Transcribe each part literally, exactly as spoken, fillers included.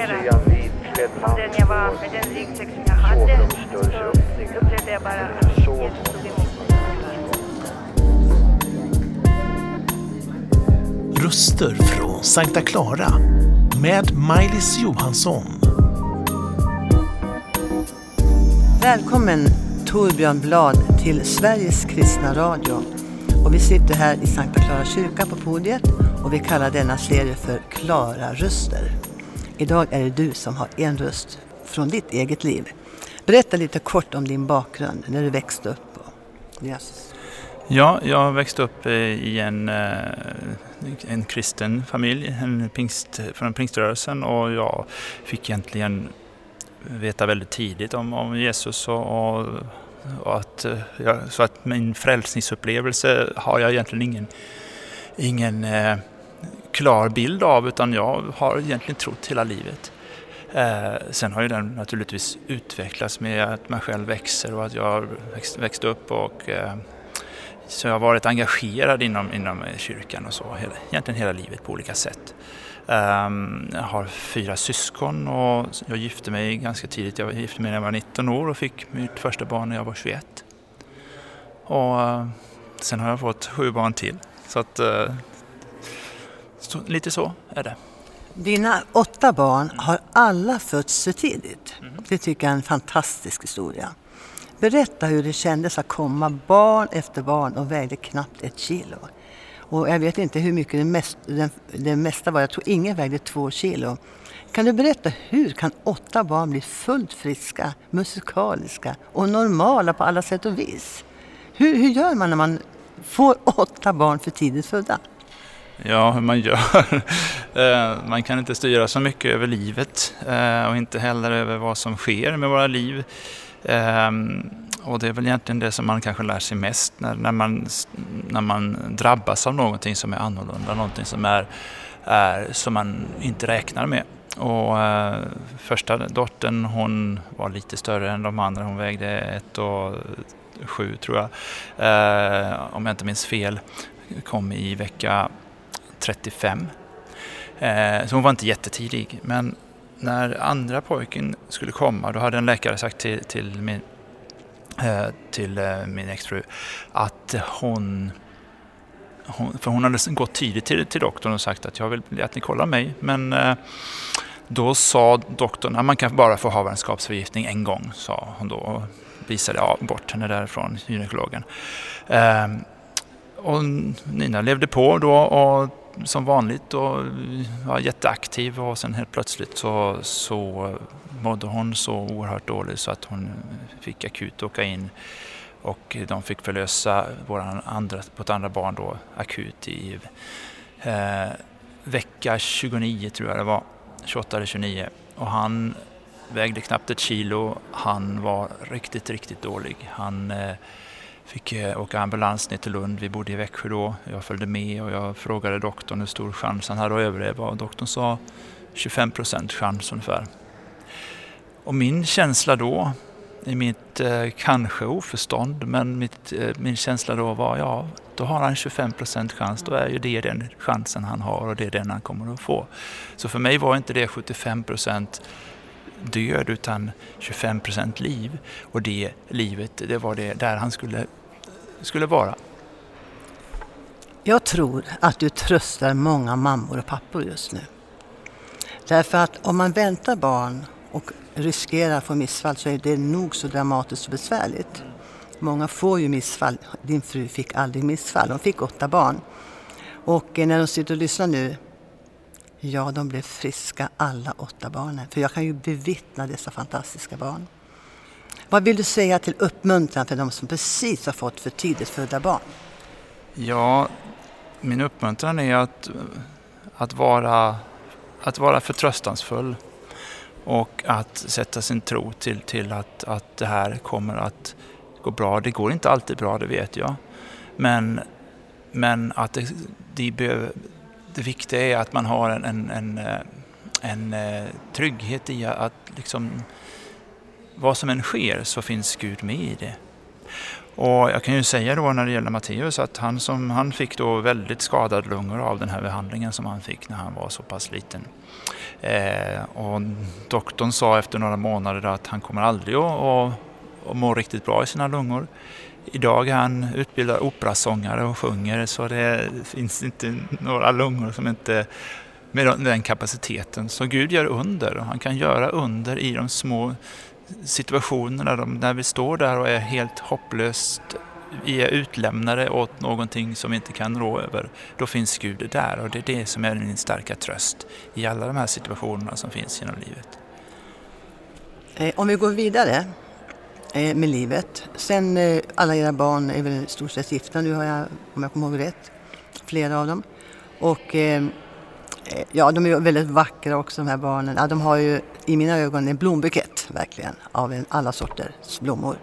reagera på den jag var med den ryggsäck som jag hade. Så upplevde jag bara att Jesus tog emot mig. Röster från Sankta Clara med Maj-Lis Johansson. Välkommen Torbjörn Blad till Sveriges kristna radio. Och vi sitter här i Sankta Clara kyrka på podiet och vi kallar denna serie för Klara röster. Idag är det du som har en röst från ditt eget liv. Berätta lite kort om din bakgrund när du växte upp. Yes. Ja, jag växte upp i en, en kristen familj, en pingst, från pingströrelsen, och jag fick egentligen veta väldigt tidigt om, om Jesus och, och, och att, ja, så att min frälsningsupplevelse har jag egentligen ingen, ingen eh, klar bild av, utan jag har egentligen trott hela livet. Eh, sen har ju den naturligtvis utvecklats med att man själv växer och att jag har växt, växt upp och eh, så jag har varit engagerad inom, inom kyrkan och så, hela, egentligen hela livet på olika sätt. Um, jag har fyra syskon och jag gifte mig ganska tidigt. Jag gifte mig när jag var nitton år och fick mitt första barn när jag var tjugoett. Och uh, sen har jag fått sju barn till. Så att uh, så, lite så är det. Dina åtta barn har alla fötts för tidigt. Mm. Det tycker jag är en fantastisk historia. Berätta hur det kändes att komma barn efter barn och vägde knappt ett kilo. Och jag vet inte hur mycket det mesta, det, det mesta var. Jag tror ingen vägde två kilo. Kan du berätta hur kan åtta barn bli fullt friska, musikaliska och normala på alla sätt och vis? Hur, hur gör man när man får åtta barn för tidigt födda? Ja, hur man gör. Man kan inte styra så mycket över livet och inte heller över vad som sker med våra liv. Och det är väl egentligen det som man kanske lär sig mest när, när, man, när man drabbas av någonting som är annorlunda, någonting som är, är som man inte räknar med. Och eh, första dottern, hon var lite större än de andra, hon vägde ett och sju tror jag, eh, om jag inte minns fel, kom i vecka trettiofem. Eh, så hon var inte jättetidig, men när andra pojken skulle komma, då hade en läkare sagt till, till min till min exfru att hon, hon för hon hade gått tidigt till, till doktorn och sagt att jag vill att ni kollar mig, men då sa doktorn att man kan bara få havandeskapsförgiftning en gång, sa hon då, och visade av, bort henne därifrån, gynekologen. Ehm, och Nina levde på då och som vanligt och var jätteaktiv, och sen helt plötsligt så, så mådde hon så oerhört dåligt så att hon fick akut åka in, och de fick förlösa våran andra, på ett andra barn då akut i eh, vecka tjugonio tror jag det var, tjugoåtta eller tjugonio, och han vägde knappt ett kilo, han var riktigt riktigt dålig. Han eh, fick åka ambulans ner till Lund, vi bodde i Växjö då, jag följde med och jag frågade doktorn hur stor chans han hade att överleva, och doktorn sa tjugofem procent chans ungefär. Och min känsla då, i mitt eh, kanske oförstånd, men mitt, eh, min känsla då var, ja, då har han tjugofem procent chans, då är ju det den chansen han har och det är den han kommer att få. Så för mig var inte det sjuttiofem procent död utan tjugofem procent liv, och det livet, det var det där han skulle, skulle vara. Jag tror att du tröstar många mammor och pappor just nu. Därför att om man väntar barn och riskerar att få missfall så är det nog så dramatiskt och besvärligt. Många får ju missfall. Din fru fick aldrig missfall. Hon fick åtta barn. Och när de sitter och lyssnar nu, ja, de blev friska alla åtta barnen. För jag kan ju bevittna dessa fantastiska barn. Vad vill du säga till uppmuntran för de som precis har fått för tidigt födda barn? Ja, min uppmuntran är att, att, vara, att vara förtröstansfull och att sätta sin tro till, till att, att det här kommer att gå bra. Det går inte alltid bra, det vet jag. Men, men att det, det, behöver, det viktiga är att man har en, en, en, en, en trygghet i att liksom, vad som än sker så finns Gud med i det. Och jag kan ju säga då när det gäller Matteus att han, som, han fick då väldigt skadade lungor av den här behandlingen som han fick när han var så pass liten. Eh, och doktorn sa efter några månader att han kommer aldrig att, att, att må riktigt bra i sina lungor. Idag är han utbildad operasångare och sjunger, så det finns inte några lungor som inte med den kapaciteten. Så Gud gör under, och han kan göra under i de små situationerna när vi står där och är helt hopplöst, vi är utlämnade åt någonting som vi inte kan rå över. Då finns Gud där, och det är det som är min starka tröst i alla de här situationerna som finns genom livet. Om vi går vidare med livet. Sen alla era barn är väl i stort sett gifta nu, har jag, om jag kommer ihåg rätt. Flera av dem. Och ja, de är väldigt vackra också, de här barnen. Ja, de har ju i mina ögon en blombukett verkligen av en, alla sorters blommor.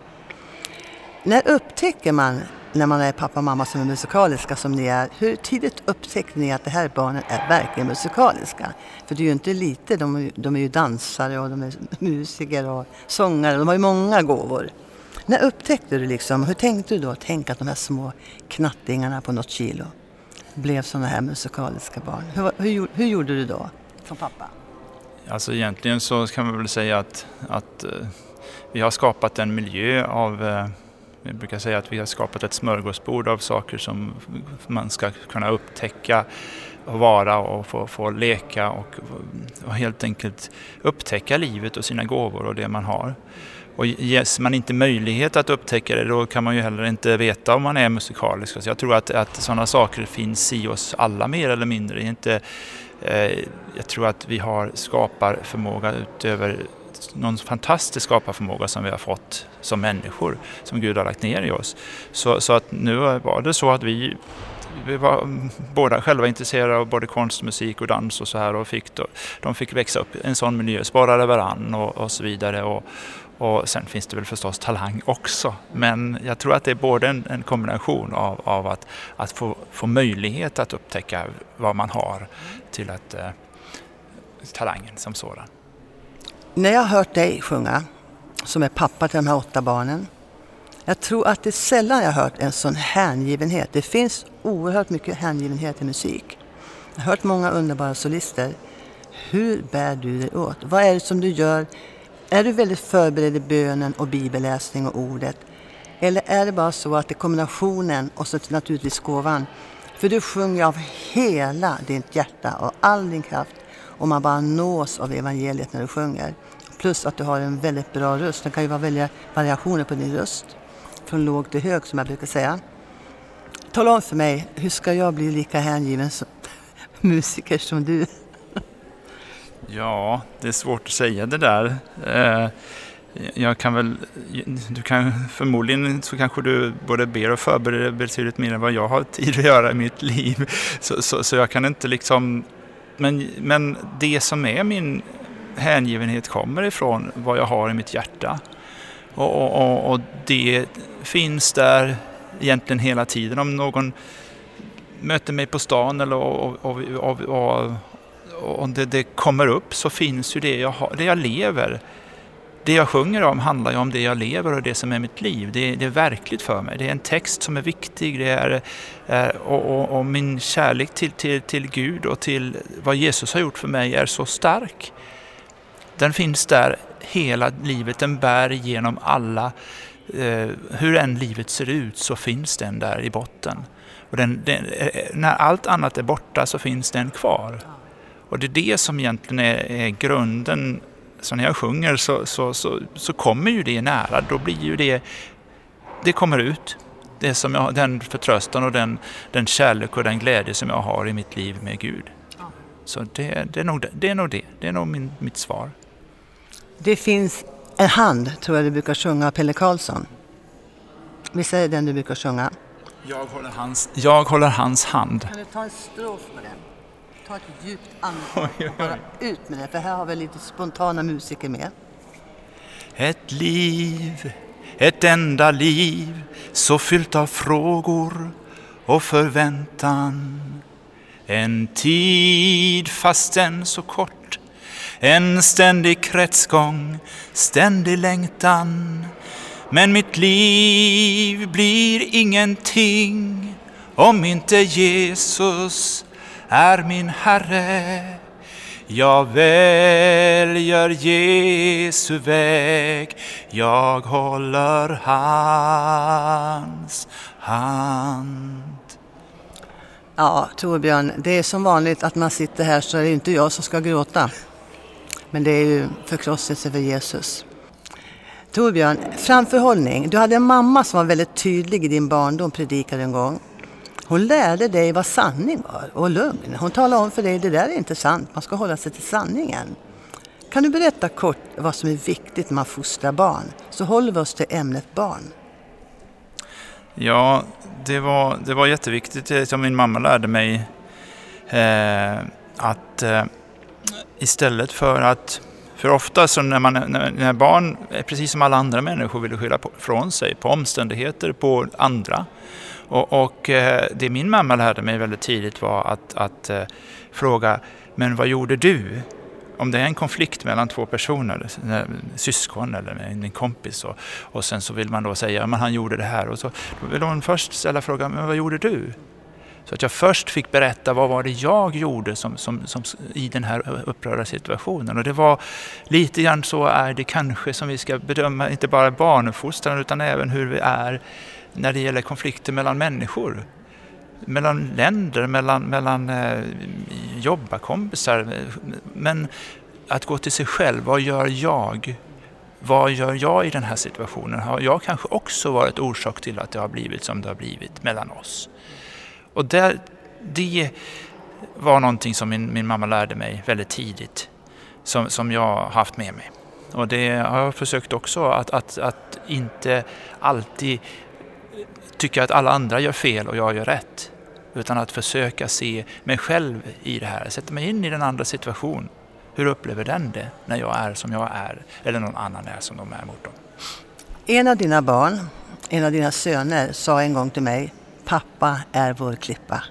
När upptäcker man, när man är pappa och mamma som är musikaliska som ni är, hur tidigt upptäckte ni att det här barnen är verkligen musikaliska? För det är ju inte lite, de, de är ju dansare och de är musiker och sångare, de har ju många gåvor. När upptäckte du liksom, hur tänkte du då? Tänk att de här små knattingarna på något kilo blev sådana här musikaliska barn. Hur, hur, hur gjorde du då som pappa? Alltså egentligen så kan man väl säga att, att uh, vi har skapat en miljö av, uh, jag brukar säga att vi har skapat ett smörgåsbord av saker som man ska kunna upptäcka och vara och få, få leka och, och helt enkelt upptäcka livet och sina gåvor och det man har. Och ges man inte möjlighet att upptäcka det, då kan man ju heller inte veta om man är musikalisk. Så jag tror att, att sådana saker finns i oss alla mer eller mindre. Det är inte, eh, jag tror att vi har skaparförmåga utöver någon fantastisk skaparförmåga som vi har fått som människor, som Gud har lagt ner i oss. Så, så att nu var det så att vi Vi var båda själva intresserade av både konst, musik och dans och så här, och fick då, de fick växa upp i en sån miljö, sparade varann och, och så vidare. Och, och sen finns det väl förstås talang också. Men jag tror att det är både en, en kombination av, av att, att få, få möjlighet att upptäcka vad man har till att eh, talangen som sådan. När jag har hört dig sjunga, som är pappa till de här åtta barnen, jag tror att det är sällan jag har hört en sån hängivenhet. Det finns oerhört mycket hängivenhet i musik. Jag har hört många underbara solister. Hur bär du dig åt? Vad är det som du gör? Är du väldigt förberedd i bönen och bibelläsning och ordet? Eller är det bara så att det är kombinationen och så naturligtvis gåvan? För du sjunger av hela ditt hjärta och all din kraft. Och man bara nås av evangeliet när du sjunger. Plus att du har en väldigt bra röst. Det kan ju vara väldigt variationer på din röst. Från låg till hög, som jag brukar säga. Tala om för mig, hur ska jag bli lika hängiven som musiker som du? Ja, det är svårt att säga det där. Jag kan väl, du kan, förmodligen så kanske du både ber och förbereder betydligt mer än vad jag har tid att göra i mitt liv. Så, så, så jag kan inte liksom, men, men det som är min hängivenhet kommer ifrån vad jag har i mitt hjärta. Och, och, och det finns där egentligen hela tiden. Om någon möter mig på stan eller och, och, och, och, och det, det kommer upp, så finns ju det jag, har, det jag lever. Det jag sjunger om handlar ju om det jag lever och det som är mitt liv. Det, det är verkligt för mig. Det är en text som är viktig. Det är, är, och, och, och min kärlek till, till, till Gud och till vad Jesus har gjort för mig är så stark. Den finns där hela livet, den bär igenom alla, eh, hur än livet ser ut så finns den där i botten. Och den, den, när allt annat är borta så finns den kvar. Och det är det som egentligen är, är grunden. Så när jag sjunger så, så, så, så kommer ju det nära, då blir ju det, det kommer ut. Det som jag, den förtröstan och den, den kärlek och den glädje som jag har i mitt liv med Gud. Så det, det, är, nog, det är nog det, det är nog min, mitt svar. Det finns en hand, tror jag du brukar sjunga, Pelle Karlsson. Visst är det den du brukar sjunga? Jag håller hans, jag håller hans hand. Kan du ta en strof med den? Ta ett djupt andetag och bara ut med det, för här har vi lite spontana musiker med. Ett liv, ett enda liv, så fyllt av frågor och förväntan. En tid fastän så kort, en ständig kretsgång, ständig längtan. Men mitt liv blir ingenting om inte Jesus är min Herre. Jag väljer Jesu väg, jag håller hans hand. Ja, Torbjörn, det är som vanligt att man sitter här så är det inte jag som ska gråta. Men det är ju förkrosselse för Jesus. Torbjörn, framförhållning. Du hade en mamma som var väldigt tydlig i din barndom, predikade en gång. Hon lärde dig vad sanning var och lugn. Hon talade om för dig, det där är inte sant, man ska hålla sig till sanningen. Kan du berätta kort vad som är viktigt när man fostrar barn? Så håller vi oss till ämnet barn. Ja, det var, det var jätteviktigt det som min mamma lärde mig. Eh, att eh, istället för att, för ofta så när, man, när, när barn, precis som alla andra människor, vill skylla på, från sig på omständigheter, på andra. Och, och eh, det min mamma lärde mig väldigt tidigt var att, att eh, fråga, men vad gjorde du? Om det är en konflikt mellan två personer, syskon eller en kompis, och, och sen så vill man då säga, men han gjorde det här. Och så då vill hon först ställa frågan, men vad gjorde du? Så att jag först fick berätta vad var det jag gjorde som, som, som, i den här upprörda situationen. Och det var lite grann så är det kanske som vi ska bedöma, inte bara barnuppfostran utan även hur vi är när det gäller konflikter mellan människor. Mellan länder, mellan, mellan eh, jobbarkompisar. Men att gå till sig själv, vad gör jag? Vad gör jag i den här situationen? Har jag kanske också varit orsak till att det har blivit som det har blivit mellan oss? Och det, det var någonting som min, min mamma lärde mig väldigt tidigt. Som, som jag har haft med mig. Och det har jag försökt också att, att, att inte alltid tycka att alla andra gör fel och jag gör rätt. Utan att försöka se mig själv i det här. Sätta mig in i den andra situation. Hur upplever den det när jag är som jag är? Eller någon annan är som de är mot dem. En av dina barn, en av dina söner, sa en gång till mig, pappa är vår klippa.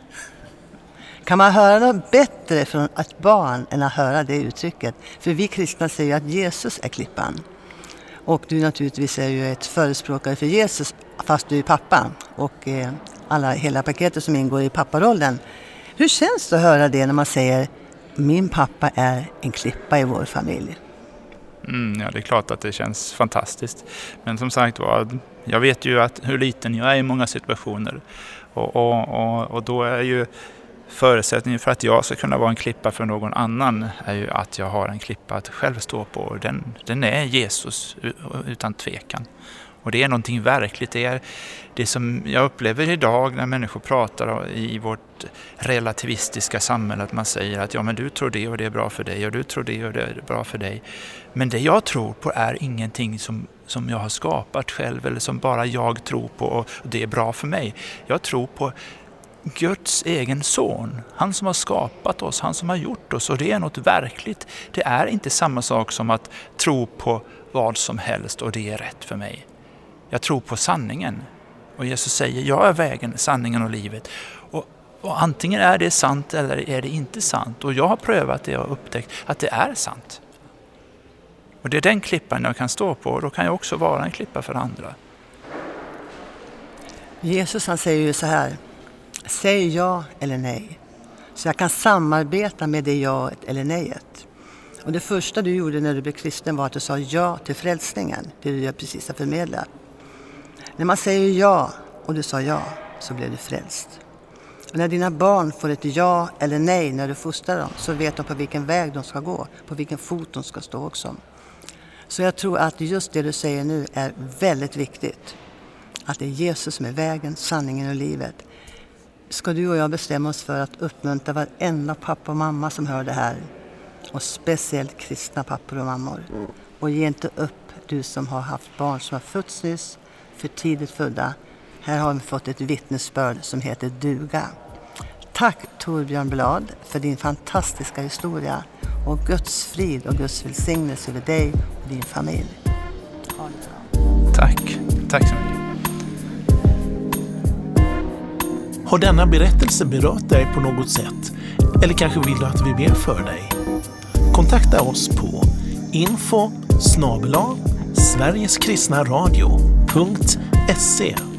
Kan man höra något bättre från ett barn än att höra det uttrycket? För vi kristna säger att Jesus är klippan. Och du naturligtvis är ju ett förespråkare för Jesus fast du är pappa. Och eh, alla, hela paketet som ingår i papparollen. Hur känns det att höra det när man säger min pappa är en klippa i vår familj? Mm, ja, det är klart att det känns fantastiskt. Men som sagt var, jag vet ju att hur liten jag är i många situationer. Och, och, och, och då är ju förutsättningen för att jag ska kunna vara en klippa för någon annan är ju att jag har en klippa att själv stå på. Och den, den är Jesus utan tvekan. Och det är någonting verkligt. Det är det som jag upplever idag när människor pratar i vårt relativistiska samhälle. Att man säger att ja, men du tror det och det är bra för dig och du tror det och det är bra för dig. Men det jag tror på är ingenting som, som jag har skapat själv eller som bara jag tror på och det är bra för mig. Jag tror på Guds egen son, han som har skapat oss, han som har gjort oss, och det är något verkligt. Det är inte samma sak som att tro på vad som helst och det är rätt för mig. Jag tror på sanningen. Och Jesus säger, jag är vägen, sanningen och livet. Och, och antingen är det sant eller är det inte sant. Och jag har prövat det och upptäckt att det är sant. Och det är den klippan jag kan stå på, och då kan jag också vara en klippa för andra. Jesus han säger ju så här, säg ja eller nej. Så jag kan samarbeta med det jaet eller nejet. Och det första du gjorde när du blev kristen var att du sa ja till frälsningen. Det du gör precis har förmedlat. När man säger ja och du sa ja så blir du frälst. Och när dina barn får ett ja eller nej när du fostrar dem så vet de på vilken väg de ska gå. På vilken fot de ska stå också. Så jag tror att just det du säger nu är väldigt viktigt. Att det är Jesus som är vägen, sanningen och livet. Ska du och jag bestämma oss för att uppmuntra varenda pappa och mamma som hör det här. Och speciellt kristna pappor och mammor. Och ge inte upp du som har haft barn som har fötts nyss, för tidigt födda. Här har vi fått ett vittnesbörd som heter duga. Tack Torbjörn Blad för din fantastiska historia. Och Guds frid och Guds välsignelse över dig och din familj. Ha det bra. Tack. Tack så mycket. Har denna berättelse berört dig på något sätt? Eller kanske vill du att vi ber för dig? Kontakta oss på info snabel-a Sveriges kristna radio punkt se.